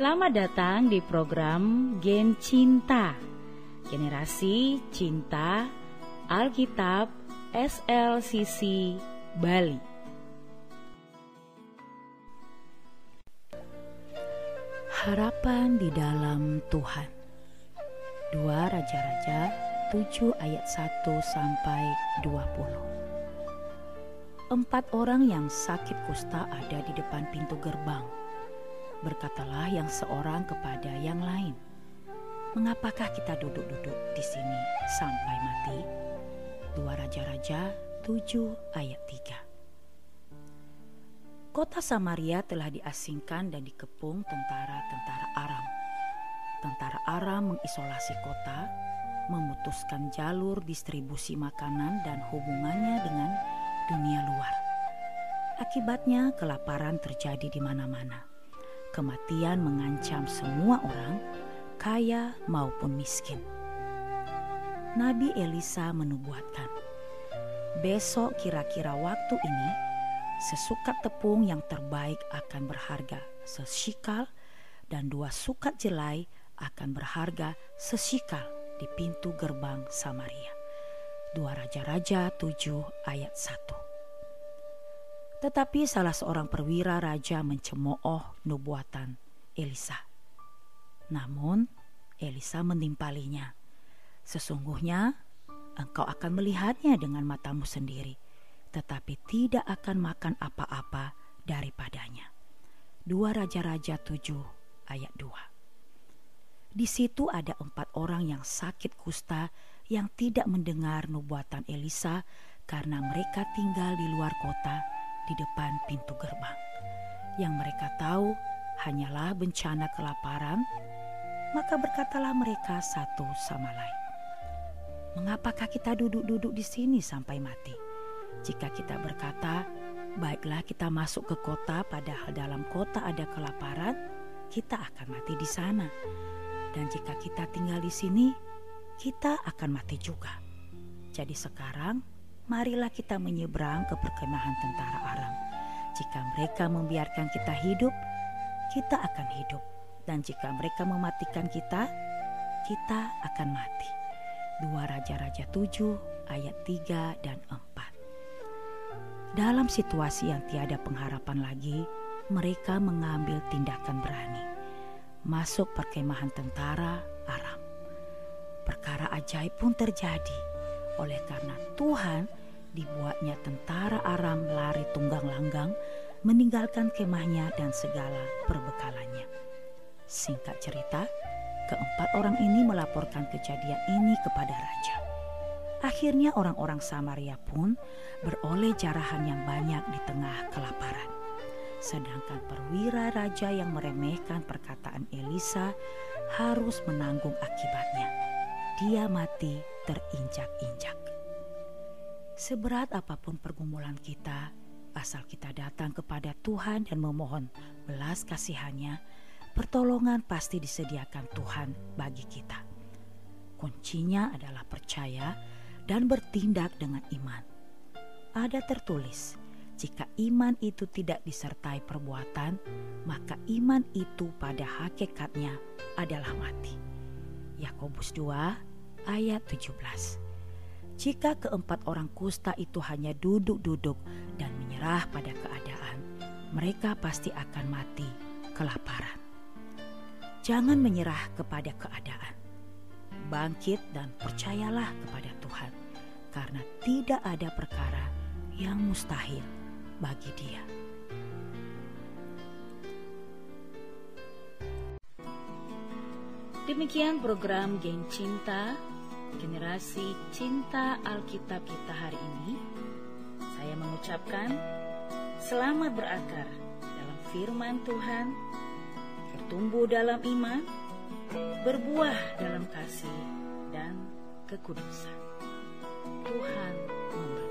Selamat datang di program Gen Cinta, Generasi Cinta Alkitab SLCC Bali. Harapan di dalam Tuhan. 2 Raja-Raja 7 ayat 1 sampai 20. 4 orang yang sakit kusta ada di depan pintu gerbang. Berkatalah yang seorang kepada yang lain, "Mengapakah kita duduk-duduk di sini sampai mati?" 2 Raja-Raja 7 ayat 3. Kota Samaria telah diasingkan dan dikepung tentara-tentara Aram. Tentara Aram mengisolasi kota, memutuskan jalur distribusi makanan dan hubungannya dengan dunia luar. Akibatnya kelaparan terjadi di mana-mana. Kematian mengancam semua orang, kaya maupun miskin. Nabi Elisa menubuatkan, besok kira-kira waktu ini, sesukat tepung yang terbaik akan berharga sesikal dan 2 sukat jelai akan berharga sesikal di pintu gerbang Samaria. 2 Raja-Raja 7 ayat 1. Tetapi salah seorang perwira raja mencemooh nubuatan Elisa. Namun Elisa menimpalinya, "Sesungguhnya engkau akan melihatnya dengan matamu sendiri, tetapi tidak akan makan apa-apa daripadanya." 2 Raja-Raja 7 ayat 2. Di situ ada 4 orang yang sakit kusta yang tidak mendengar nubuatan Elisa karena mereka tinggal di luar kota di depan pintu gerbang. Yang mereka tahu hanyalah bencana kelaparan, maka berkatalah mereka satu sama lain, "Mengapakah kita duduk-duduk di sini sampai mati? Jika kita berkata, baiklah kita masuk ke kota, padahal dalam kota ada kelaparan, kita akan mati di sana. Dan jika kita tinggal di sini, kita akan mati juga. Jadi sekarang, marilah kita menyeberang ke perkemahan tentara Aram. Jika mereka membiarkan kita hidup, kita akan hidup. Dan jika mereka mematikan kita, kita akan mati." 2 Raja-Raja 7 ayat 3 dan 4. Dalam situasi yang tiada pengharapan lagi, mereka mengambil tindakan berani. Masuk perkemahan tentara Aram. Perkara ajaib pun terjadi. Oleh karena Tuhan dibuatnya tentara Aram lari tunggang langgang, meninggalkan kemahnya dan segala perbekalannya. Singkat cerita, ke-4 orang ini melaporkan kejadian ini kepada raja. Akhirnya orang-orang Samaria pun beroleh jarahan yang banyak di tengah kelaparan. Sedangkan perwira raja yang meremehkan perkataan Elisa harus menanggung akibatnya. Dia mati terinjak-injak. Seberat apapun pergumulan kita, asal kita datang kepada Tuhan dan memohon belas kasihannya, pertolongan pasti disediakan Tuhan bagi kita. Kuncinya adalah percaya dan bertindak dengan iman. Ada tertulis, jika iman itu tidak disertai perbuatan, maka iman itu pada hakikatnya adalah mati. Yakobus 2 ayat 17. Jika ke-4 orang kusta itu hanya duduk-duduk dan menyerah pada keadaan, mereka pasti akan mati kelaparan. Jangan menyerah kepada keadaan. Bangkit dan percayalah kepada Tuhan, karena tidak ada perkara yang mustahil bagi Dia. Demikian program Gen Cinta, Generasi Cinta Alkitab kita hari ini. Saya mengucapkan selamat berakar dalam firman Tuhan, bertumbuh dalam iman, berbuah dalam kasih dan kekudusan. Tuhan memberkati.